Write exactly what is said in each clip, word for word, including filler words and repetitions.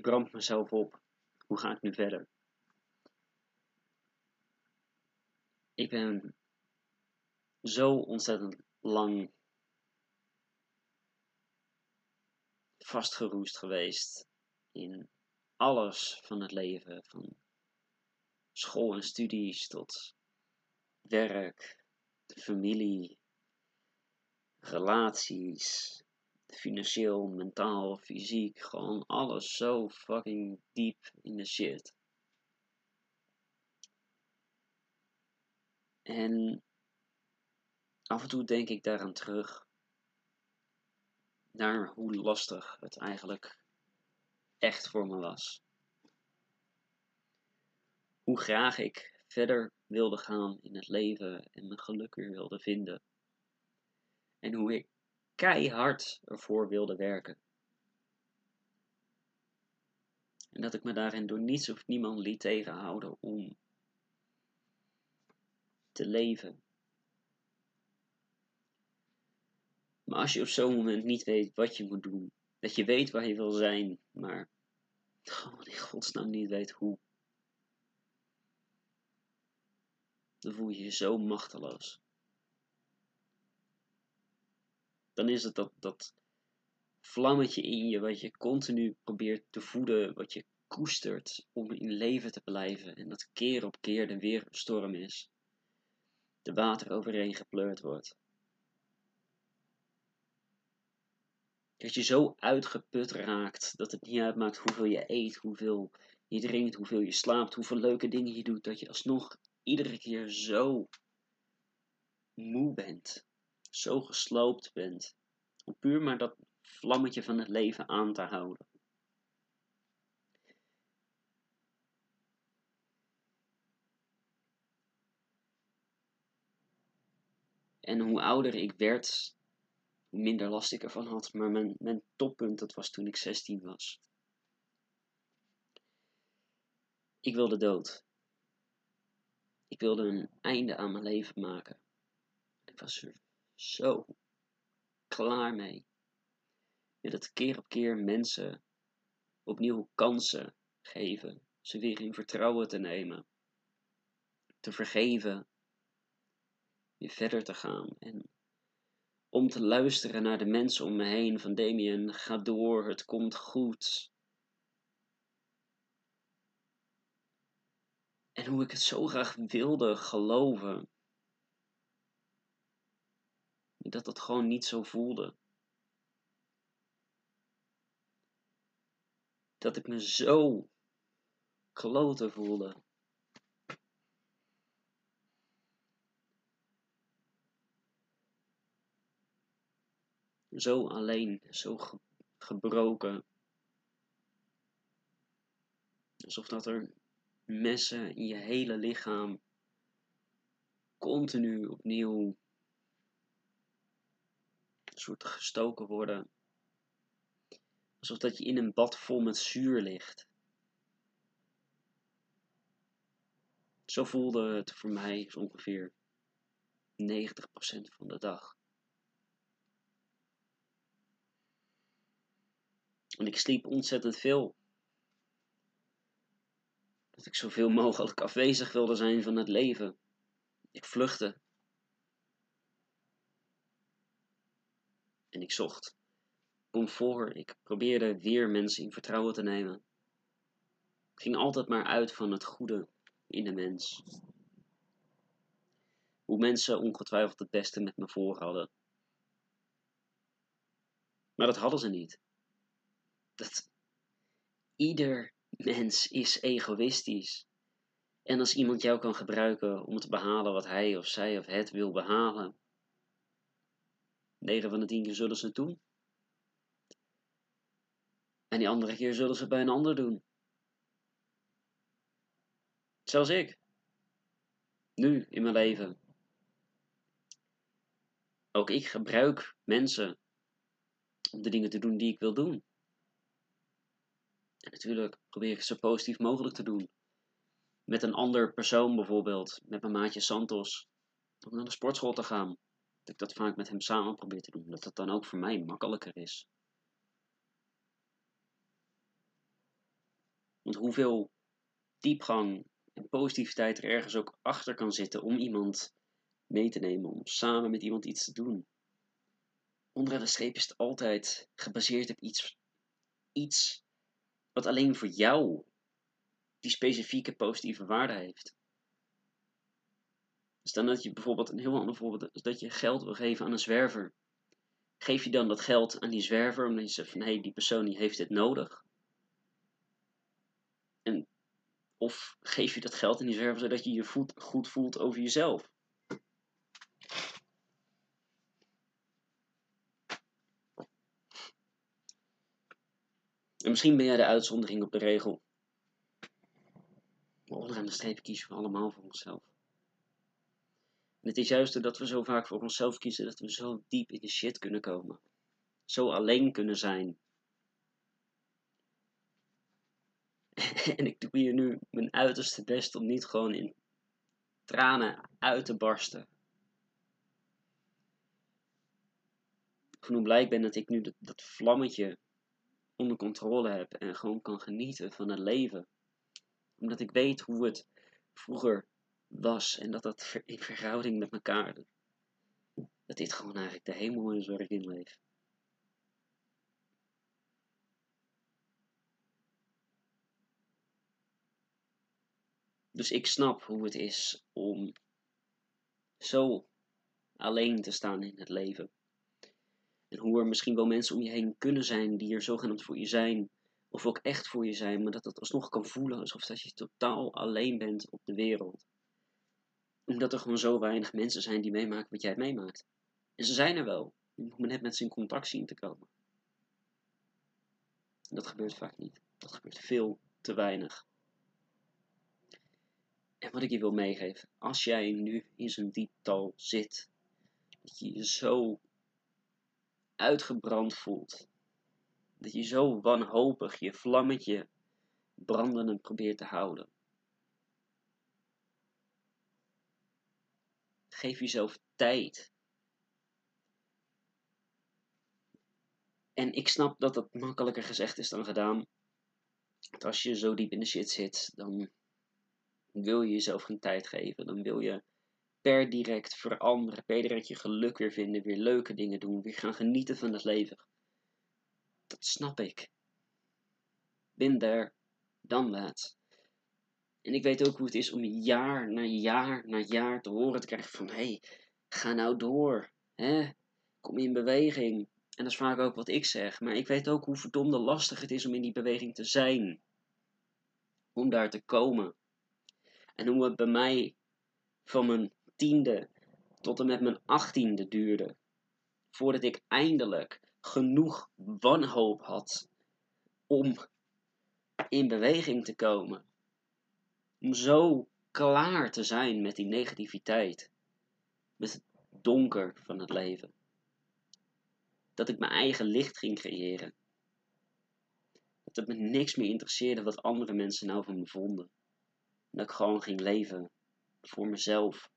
brand mezelf op. Hoe ga ik nu verder? Ik ben zo ontzettend lang vastgeroest geweest in alles van het leven. Van school en studies tot werk, familie, relaties, financieel, mentaal, fysiek. Gewoon alles zo fucking diep in de shit. En af en toe denk ik daaraan terug. Naar hoe lastig het eigenlijk echt voor me was. Hoe graag ik verder wilde gaan in het leven en mijn geluk weer wilde vinden. En hoe ik keihard ervoor wilde werken. En dat ik me daarin door niets of niemand liet tegenhouden om te leven. Maar als je op zo'n moment niet weet wat je moet doen, dat je weet waar je wil zijn, maar gewoon in godsnaam niet weet hoe, dan voel je je zo machteloos. Dan is het dat, dat vlammetje in je wat je continu probeert te voeden, wat je koestert om in leven te blijven. En dat keer op keer er weer een storm is. De water overheen gepleurd wordt. Dat je zo uitgeput raakt dat het niet uitmaakt hoeveel je eet, hoeveel je drinkt, hoeveel je slaapt, hoeveel leuke dingen je doet. Dat je alsnog iedere keer zo moe bent. Zo gesloopt bent. Om puur maar dat vlammetje van het leven aan te houden. En hoe ouder ik werd, hoe minder last ik ervan had. Maar mijn, mijn toppunt, dat was toen ik zestien was. Ik wilde dood. Ik wilde een einde aan mijn leven maken. Ik was er zo klaar mee. Met het keer op keer mensen opnieuw kansen geven. Ze weer in vertrouwen te nemen. Te vergeven. Weer verder te gaan. En om te luisteren naar de mensen om me heen. Van Damien, ga door, het komt goed. En hoe ik het zo graag wilde geloven. Dat het gewoon niet zo voelde. Dat ik me zo kloten voelde. Zo alleen, zo ge- gebroken. Alsof dat er messen in je hele lichaam continu opnieuw een soort gestoken worden. Alsof dat je in een bad vol met zuur ligt. Zo voelde het voor mij zo ongeveer negentig procent van de dag. En ik sliep ontzettend veel. Dat ik zoveel mogelijk afwezig wilde zijn van het leven. Ik vluchtte. En ik zocht comfort. Ik probeerde weer mensen in vertrouwen te nemen. Ik ging altijd maar uit van het goede in de mens. Hoe mensen ongetwijfeld het beste met me voor hadden. Maar dat hadden ze niet. Dat ieder mens is egoïstisch. En als iemand jou kan gebruiken om te behalen wat hij of zij of het wil behalen, negen van de tien keer zullen ze het doen. En die andere keer zullen ze het bij een ander doen. Zelfs ik. Nu in mijn leven. Ook ik gebruik mensen om de dingen te doen die ik wil doen. En natuurlijk probeer ik het zo positief mogelijk te doen. Met een ander persoon bijvoorbeeld, met mijn maatje Santos, om naar de sportschool te gaan. Dat ik dat vaak met hem samen probeer te doen. Dat dat dan ook voor mij makkelijker is. Want hoeveel diepgang en positiviteit er ergens ook achter kan zitten om iemand mee te nemen, om samen met iemand iets te doen. Onderaan de streep is het altijd gebaseerd op iets, iets wat alleen voor jou die specifieke positieve waarde heeft. Dus dan dat je bijvoorbeeld, een heel ander voorbeeld, is dat je geld wil geven aan een zwerver. Geef je dan dat geld aan die zwerver omdat je zegt van hé, hey, die persoon die heeft dit nodig? En, of geef je dat geld aan die zwerver zodat je je voet, goed voelt over jezelf? En misschien ben jij de uitzondering op de regel. Maar onderaan de streep kiezen we allemaal voor onszelf. En het is juist dat we zo vaak voor onszelf kiezen dat we zo diep in de shit kunnen komen. Zo alleen kunnen zijn. En ik doe hier nu mijn uiterste best om niet gewoon in tranen uit te barsten. Genoeg blij ben dat ik nu dat, dat vlammetje onder controle heb en gewoon kan genieten van het leven. Omdat ik weet hoe het vroeger was en dat dat in verhouding met elkaar, dat dit gewoon eigenlijk de hemel is waar ik in leef. Dus ik snap hoe het is om zo alleen te staan in het leven. En hoe er misschien wel mensen om je heen kunnen zijn die er zogenaamd voor je zijn, of ook echt voor je zijn, maar dat het alsnog kan voelen alsof dat je totaal alleen bent op de wereld. Omdat er gewoon zo weinig mensen zijn die meemaken wat jij meemaakt. En ze zijn er wel. Je moet maar net met ze in contact zien te komen. En dat gebeurt vaak niet. Dat gebeurt veel te weinig. En wat ik je wil meegeven, als jij nu in zo'n dieptal zit, dat je je zo uitgebrand voelt, dat je zo wanhopig je vlammetje brandende probeert te houden. Geef jezelf tijd. En ik snap dat dat makkelijker gezegd is dan gedaan. Want als je zo diep in de shit zit, dan wil je jezelf geen tijd geven. Dan wil je per direct veranderen, per direct je geluk weer vinden, weer leuke dingen doen, weer gaan genieten van het leven. Dat snap ik. Been there, done that. En ik weet ook hoe het is om jaar na jaar na jaar te horen te krijgen van hé, hey, ga nou door. Hè? Kom in beweging. En dat is vaak ook wat ik zeg. Maar ik weet ook hoe verdomde lastig het is om in die beweging te zijn. Om daar te komen. En hoe het bij mij van mijn tiende tot en met mijn achttiende duurde. Voordat ik eindelijk genoeg wanhoop had om in beweging te komen. Om zo klaar te zijn met die negativiteit. Met het donker van het leven. Dat ik mijn eigen licht ging creëren. Dat het me niks meer interesseerde wat andere mensen nou van me vonden. Dat ik gewoon ging leven voor mezelf.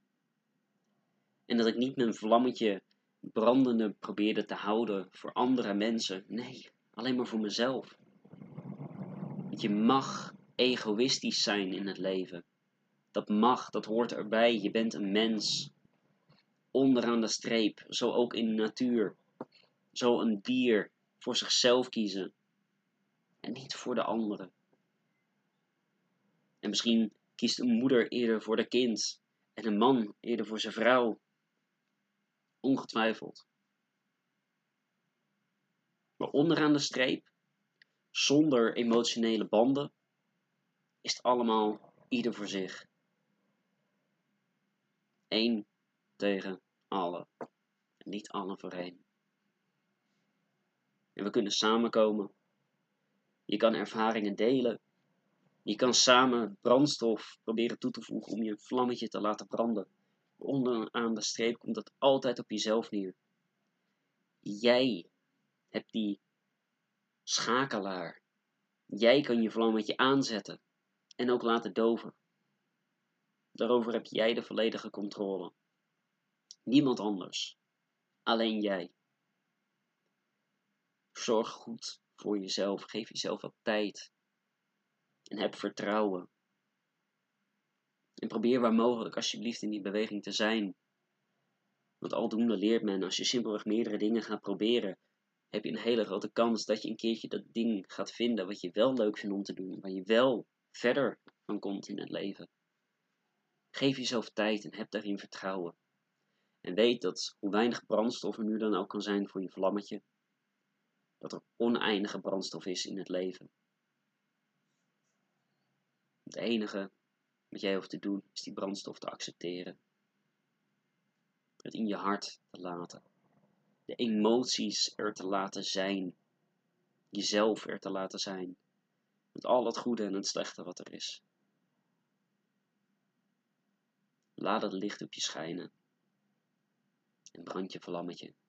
En dat ik niet mijn vlammetje brandende probeerde te houden voor andere mensen. Nee, alleen maar voor mezelf. Want je mag egoïstisch zijn in het leven. Dat mag, dat hoort erbij. Je bent een mens. Onderaan de streep, zo ook in de natuur. Zo een dier voor zichzelf kiezen. En niet voor de anderen. En misschien kiest een moeder eerder voor de kind. En een man eerder voor zijn vrouw. Ongetwijfeld. Maar onderaan de streep, zonder emotionele banden, is het allemaal ieder voor zich. Eén tegen allen. En niet allen voor één. En we kunnen samenkomen. Je kan ervaringen delen. Je kan samen brandstof proberen toe te voegen om je vlammetje te laten branden. Onderaan de streep komt dat altijd op jezelf neer. Jij hebt die schakelaar. Jij kan je vlammetje aanzetten en ook laten doven. Daarover heb jij de volledige controle. Niemand anders. Alleen jij. Zorg goed voor jezelf. Geef jezelf wat tijd. En heb vertrouwen. En probeer waar mogelijk alsjeblieft in die beweging te zijn. Want aldoende leert men, als je simpelweg meerdere dingen gaat proberen, heb je een hele grote kans dat je een keertje dat ding gaat vinden wat je wel leuk vindt om te doen. Waar je wel verder van komt in het leven. Geef jezelf tijd en heb daarin vertrouwen. En weet dat hoe weinig brandstof er nu dan ook kan zijn voor je vlammetje, dat er oneindige brandstof is in het leven. Het enige wat jij hoeft te doen is die brandstof te accepteren. Het in je hart te laten. De emoties er te laten zijn. Jezelf er te laten zijn. Met al het goede en het slechte wat er is. Laat het licht op je schijnen. En brand je vlammetje.